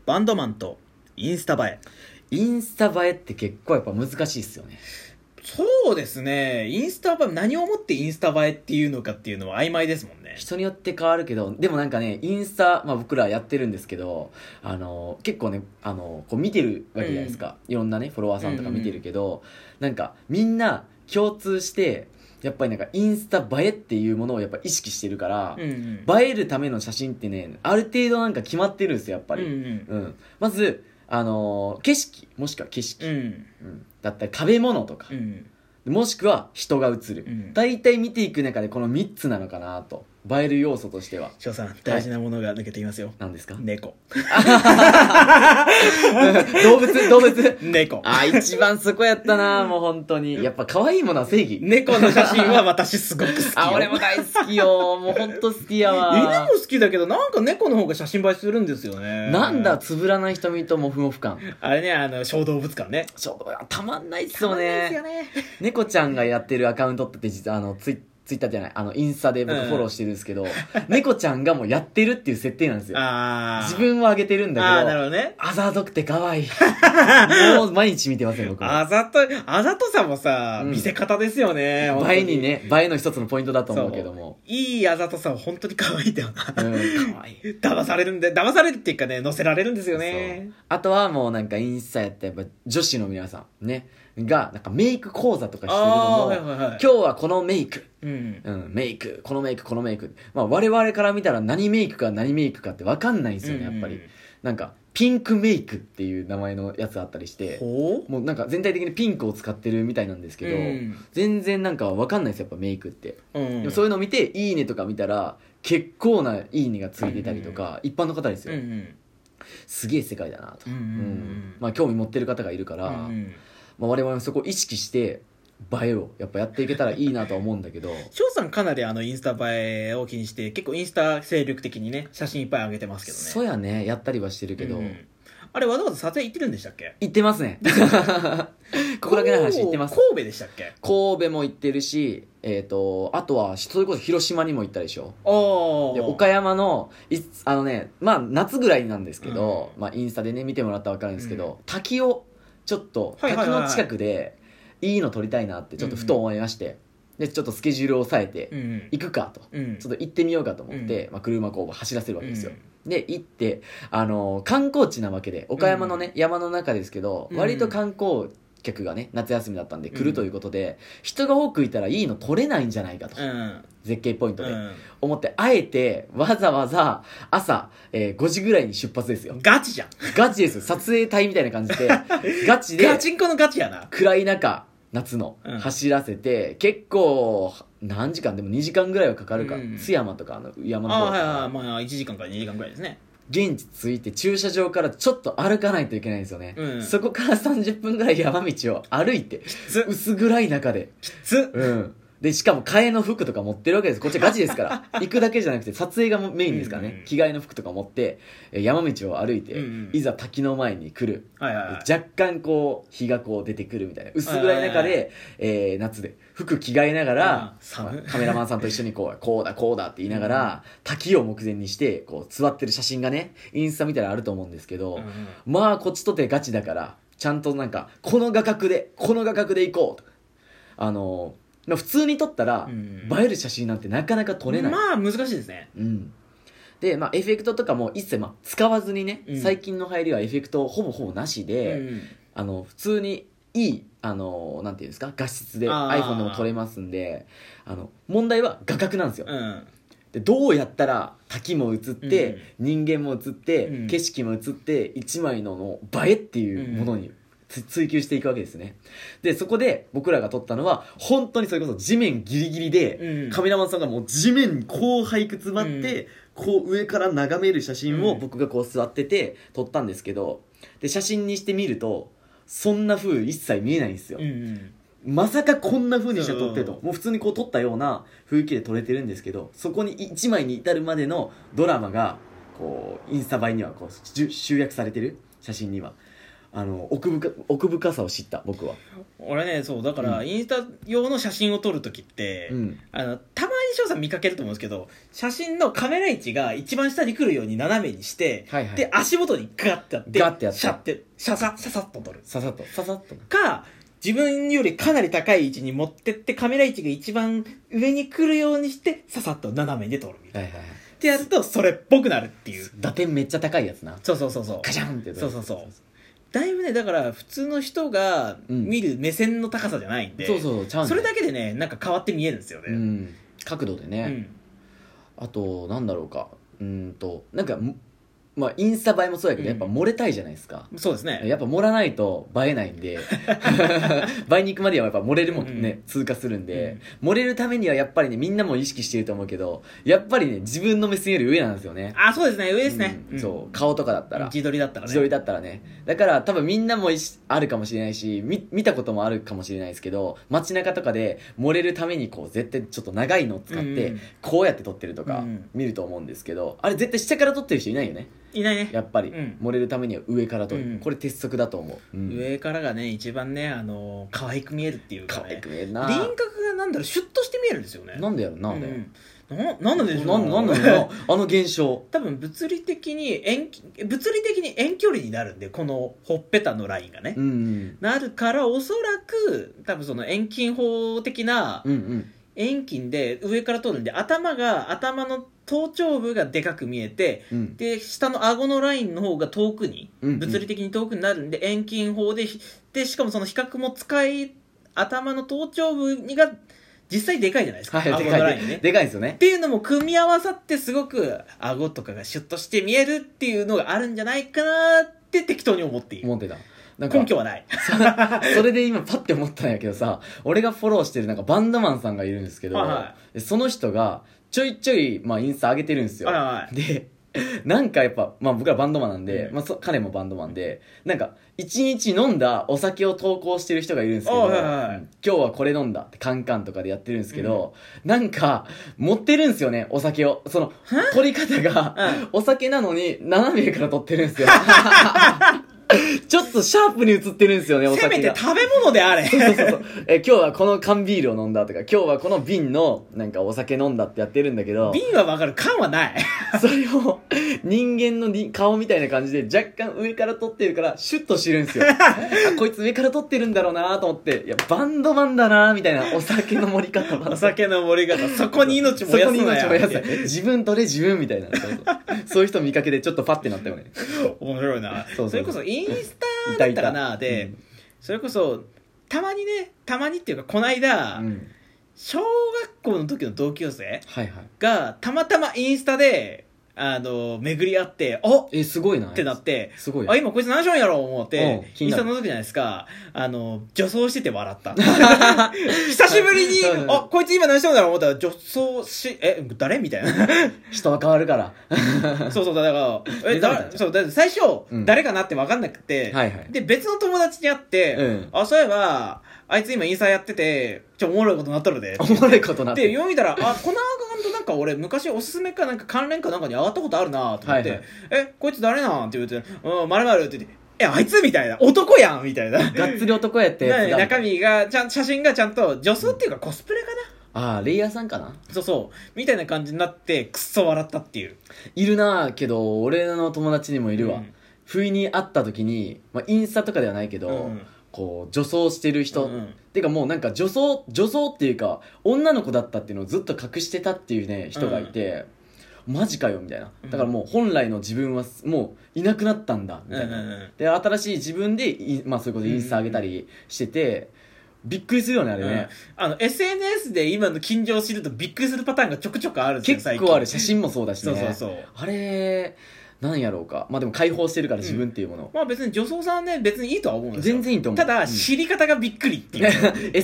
バンドマンとインスタ映え。 インスタ映えって結構やっぱ難しいっすよね。 そうですね。インスタ映え、何をもってインスタ映えっていうのかっていうのは曖昧ですもんね。 人によって変わるけど、でもなんかね、インスタ、僕らやってるんですけど、結構ね、こう見てるわけじゃないですか。いろんなね、フォロワーさんとか見てるけど、なんかみんな共通して、やっぱりなんかインスタ映えっていうものをやっぱ意識してるから、映えるための写真ってね、ある程度なんか決まってるんですよ、やっぱり。まず、景色、もしくは景色、だったり食べ物とか、もしくは人が映る、大体見ていく中でこの3つなのかなと、映える要素としては。 翔さん、大事なものが抜けていますよ。 何ですか？ 猫。 動物猫。 一番そこやったな。もう本当にやっぱ可愛いものは正義。 猫の写真は私すごく好きよ。 俺も大好きよ。もう本当好きやわ。 犬も好きだけど、なんか猫の方が写真映えするんですよね。 なんだ、つぶらない瞳とモフモフ感。 あれね、小動物館ね。 たまんないっすよね。 たまんないっすよね。 猫ちゃんがやってるアカウントって実はツイッターじゃない、インスタで僕フォローしてるんですけど、猫ちゃんがもうやってるっていう設定なんですよ。自分は上げてるんだけど、 なるほどね。 あざとくて可愛い。もう毎日見てますよ、僕は。 あざとさもさ、見せ方ですよね。 映えにね、映えの一つのポイントだと思うけども。 いいあざとさは本当に可愛いんだよな。 可愛い。 騙されるっていうかね、乗せられるんですよね。 あとはもうなんかインスタやってやっぱ女子の皆さんね、がなんかメイク講座とかしてるのも、今日はこのメイク、メイク、このメイク、我々から見たら何メイクかって分かんないんですよね、やっぱり。なんかピンクメイクっていう名前のやつあったりして、もうなんか全体的にピンクを使ってるみたいなんですけど、全然なんか分かんないですよ、やっぱメイクって。でもそういうのを見ていいねとか見たら結構ないいねがついてたりとか、一般の方ですよ。すげえ世界だなと、興味持ってる方がいるから、我々もそこを意識して映えをやっぱやっていけたらいいなとは思うんだけど、 翔さんかなりインスタ映えを気にして結構インスタ精力的にね写真いっぱい上げてますけどね。 そうやね、やったりはしてるけど、 あれわざわざ撮影行ってるんでしたっけ？ 行ってますね。ここだけの話行ってます。 神戸でしたっけ？ 神戸も行ってるし、あとはそれこそ広島にも行ったでしょ。で岡山の夏ぐらいなんですけど、インスタでね見てもらったら分かるんですけど、滝をちょっと滝の近くでいいの撮りたいなってちょっとふと思いまして、でちょっとスケジュールを抑えて行くかと、ちょっと行ってみようかと思って、車こう走らせるわけですよ。で行って観光地なわけで、岡山のね、山の中ですけど、割と観光客がね夏休みだったんで来るということで、人が多くいたらいいの撮れないんじゃないかと、絶景ポイントで、思ってあえてわざわざ朝、5時ぐらいに出発ですよ。 ガチじゃん。 ガチですよ。撮影隊みたいな感じでガチでガチンコのガチやな。 暗い中夏の走らせて、結構何時間でも2時間ぐらいはかかるか、津山とか山の方から 1時間から2時間ぐらいですね。 現地着いて駐車場からちょっと歩かないといけないんですよね、そこから30分ぐらい山道を歩いて薄暗い中ででしかも替えの服とか持ってるわけです。こっちはガチですから行くだけじゃなくて撮影がメインですからね、着替えの服とか持って山道を歩いて、いざ滝の前に来る、若干こう日がこう出てくるみたいな薄暗い中で、夏で服着替えながら、カメラマンさんと一緒にこうだって言いながら、滝を目前にしてこう座ってる写真がねインスタ見たらあると思うんですけど、こっちとてガチだからちゃんとなんかこの画角で行こうと、普通に撮ったら映える写真なんてなかなか撮れない。 難しいですね。 でエフェクトとかも一切使わずにね、最近の入りはエフェクトほぼなしで、普通にいいなんていうんですか、画質で iPhone でも撮れますんで、問題は画角なんですよ。でどうやったら滝も映って、人間も映って、景色も映って一枚の映えっていうものに追求していくわけですね。でそこで僕らが撮ったのは本当にそれこそ地面ギリギリで、カメラマンさんがもう地面にこう背屈詰まって、こう上から眺める写真を僕がこう座ってて撮ったんですけど、で写真にしてみるとそんな風一切見えないんですよ、まさかこんな風にして撮ってと、もう普通にこう撮ったような雰囲気で撮れてるんですけど、そこに1枚に至るまでのドラマがこうインスタ映えにはこう集約されてる、写真には奥深さを知った僕は。 俺ね、そうだから、インスタ用の写真を撮るときって、たま翔さん見かけると思うんですけど、写真のカメラ位置が一番下に来るように斜めにして、 はいはい、 で足元にガッてやってガッてやってシャッてシャサッと撮る、 ささっとか自分よりかなり高い位置に持ってってカメラ位置が一番上に来るようにしてささっと斜めで撮るみたいな、 はいはいはい、 ってやるとそれっぽくなるっていう。 打点めっちゃ高いやつな。 そうカシャンって。 そうだいぶね、だから普通の人が見る目線の高さじゃないんで、 ちゃうん、 それだけでねなんか変わって見えるんですよね、 角度でね、あとなんだろうか、なんかまあインスタ映えもそうやけど、やっぱ盛れたいじゃないですか。 そうですね。 やっぱ盛らないと映えないんで映えに行くまではやっぱ盛れるもんね、通過するんで、盛れるためにはやっぱりね、みんなも意識してると思うけど、やっぱりね自分の目線より上なんですよね。 そうですね、上ですね、 そう顔とかだったら、 自撮りだったらね、 だから多分みんなもあるかもしれないし、見たこともあるかもしれないですけど、街中とかで盛れるためにこう絶対ちょっと長いのを使ってこうやって撮ってるとか見ると思うんですけど、あれ絶対下から撮ってる人いないよね。 いないね、 やっぱり、盛れるためには上から撮る、これ鉄則だと思う、 上からがね一番ね可愛く見えるっていうか、ね、 可愛く見えるな。 輪郭がなんだろう、シュッとして見えるんですよね。 なんでやろな、 なんでしょう、 なんだろうなあの現象。 多分物理的に遠距離になるんで、このほっぺたのラインがね、なるから、おそらく多分その遠近法的な、遠近で上から撮るんで、頭の頭頂部がでかく見えて、で下の顎のラインの方が遠くに、物理的に遠くになるんで、遠近法でしかもその比較も使い、頭の頭頂部が実際でかいじゃないですか、顎のラインね、 でかいですよね。 っていうのも組み合わさってすごく顎とかがシュッとして見えるっていうのがあるんじゃないかなって適当に思っている。 思ってた。 根拠はないそれで今パッて思ったんやけどさ、俺がフォローしてるなんかバンドマンさんがいるんですけど、その人がちょいちょい、インスタ上げてるんですよ、でなんかやっぱ、僕らバンドマンなんで、彼もバンドマンで、なんか一日飲んだお酒を投稿してる人がいるんですけど、今日はこれ飲んだってカンカンとかでやってるんですけど、なんか持ってるんですよね、お酒を。その取り方が、お酒なのに斜めから取ってるんですよちょっとシャープに映ってるんですよね、お酒が。 せめて食べ物であれそう今日はこの缶ビールを飲んだとか、今日はこの瓶のなんかお酒飲んだってやってるんだけど、 瓶はわかる、缶はないそれを人間の顔みたいな感じで若干上から撮ってるからシュッとしてるんですよこいつ上から撮ってるんだろうなと思って、いやバンドマンだなみたいな、お酒の盛り方お酒の盛り方、そこに命燃やすなや自分撮れ自分みたいなそういう人見かけてちょっとパッてなったよね面白いな。それこそインスタだったかな、で、それこそたまにっていうかこの間、小学校の時の同級生がたまたまインスタで巡り合って、 すごいなってなって、 すごい、 今こいつ何しよんやろう思って、インスタ覗くじゃないですか、女装してて笑った久しぶりにこいつ今何しよんだろう思ったら、女装誰みたいな人は変わるからそうだから最初、誰かなって分かんなくて、で別の友達に会って、そういえばあいつ今インスタやってておもろいことなっとるで、 おもろいことなってで読みたら、このアカウントなんか俺昔おすすめかなんか関連かなんかに上がったことあるなと思って、こいつ誰なんって言うて、〇〇って言って、あいつみたいな、男やんみたいな、 がっつり男やってやつが、 中身が写真がちゃんと女装っていうかコスプレかな、レイヤーさんかな、 そうみたいな感じになってくっそ笑ったっていう。 いるなけど、俺の友達にもいるわ、不意に会った時に、インスタとかではないけど、こう女装してる人、てかもうなんか女装っていうか女の子だったっていうのをずっと隠してたっていうね人がいて、マジかよみたいな。だからもう本来の自分はもういなくなったんだみたいな、で新しい自分でそういうことでインスタ上げたりしてて、びっくりするよねあれね、 SNS で今の近所を知るとびっくりするパターンがちょくちょくあるんですよ。 結構ある。写真もそうだしね。 そうあれなんやろうか。でも解放してるから自分っていうもの、 別に女装さんはね別にいいとは思うんですよ。 全然いいと思う。 ただ、知り方がびっくりっていう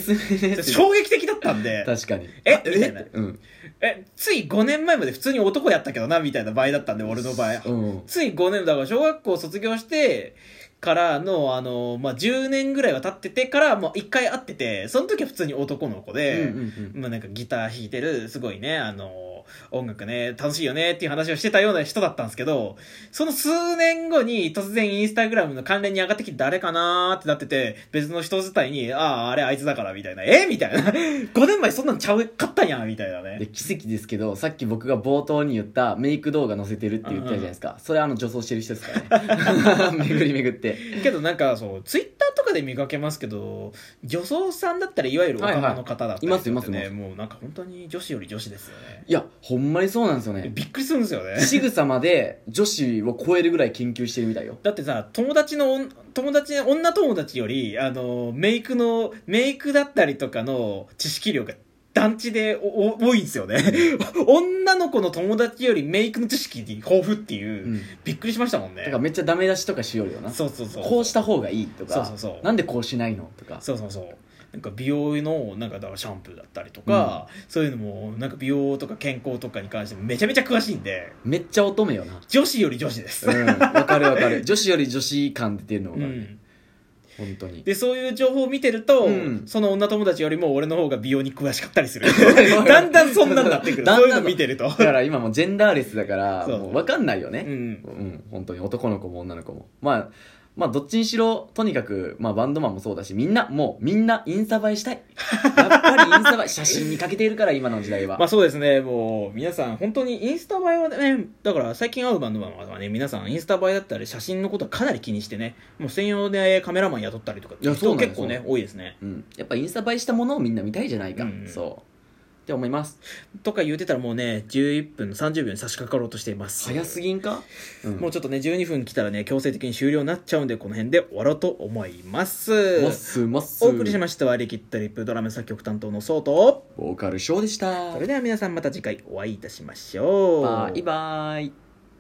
SNS 衝撃的だったんで確かにみたいな、つい5年前まで普通に男やったけどなみたいな場合だったんで、俺の場合、つい5年だから小学校卒業してからの10年ぐらいは経っててからもう1回会ってて、その時は普通に男の子で、なんかギター弾いてるすごいね音楽ね楽しいよねっていう話をしてたような人だったんですけど、その数年後に突然インスタグラムの関連に上がってきて誰かなーってなってて、別の人伝いにあれあいつだからみたいな、みたいな5年前そんなんちゃうかったんやみたいなね。 で奇跡ですけど、さっき僕が冒頭に言ったメイク動画載せてるって言ったじゃないですか、それ女装してる人ですからね巡り巡ってけどなんかそうツイッターとかで見かけますけど、女装さんだったらいわゆるオカマの方だったりとか、ね、 いますもうなんか本当に女子より女子ですよね。 いやほんまにそうなんですよね。 びっくりするんですよね。 仕草まで女子を超えるぐらい研究してるみたいよ。 だってさ、女友達よりメイクだったりとかの知識量が団地で多いんですよね女の子の友達よりメイクの知識に豊富っていう、びっくりしましたもんね。 だからめっちゃダメ出しとかしよるよな。 そうこうした方がいいとか、なんでこうしないのとか、 なんか美容のなんかだからシャンプーだったりとか、そういうのもなんか美容とか健康とかに関してもめちゃめちゃ詳しいんで、 めっちゃ乙女よな。 女子より女子です。 わかる女子より女子感出てるの分かるね、本当に。 でそういう情報を見てると、その女友達よりも俺の方が美容に詳しかったりするだんだんそんなんなってくるそういうの見てると。だから今もうジェンダーレスだからもう分かんないよね。本当に男の子も女の子もまあどっちにしろとにかく、バンドマンもそうだし、みんなインスタ映えしたいやっぱりインスタ映え写真にかけているから今の時代は。 そうですね。もう皆さん本当にインスタ映えはね、だから最近会うバンドマンはね、皆さんインスタ映えだったり写真のことはかなり気にしてね、もう専用でカメラマン雇ったりとかっていう人結構ね多いですね。 やっぱインスタ映えしたものをみんな見たいじゃないか、そうって思いますとか言うてたらもうね11分30秒に差し掛かろうとしています。 早すぎんか、 もうちょっとね12分来たらね強制的に終了になっちゃうんで、この辺で終わろうと思います。お送りしましたはリキッドリップドラム作曲担当のソウとボーカルショーでした。 それでは皆さんまた次回お会いいたしましょう。 バイバイ。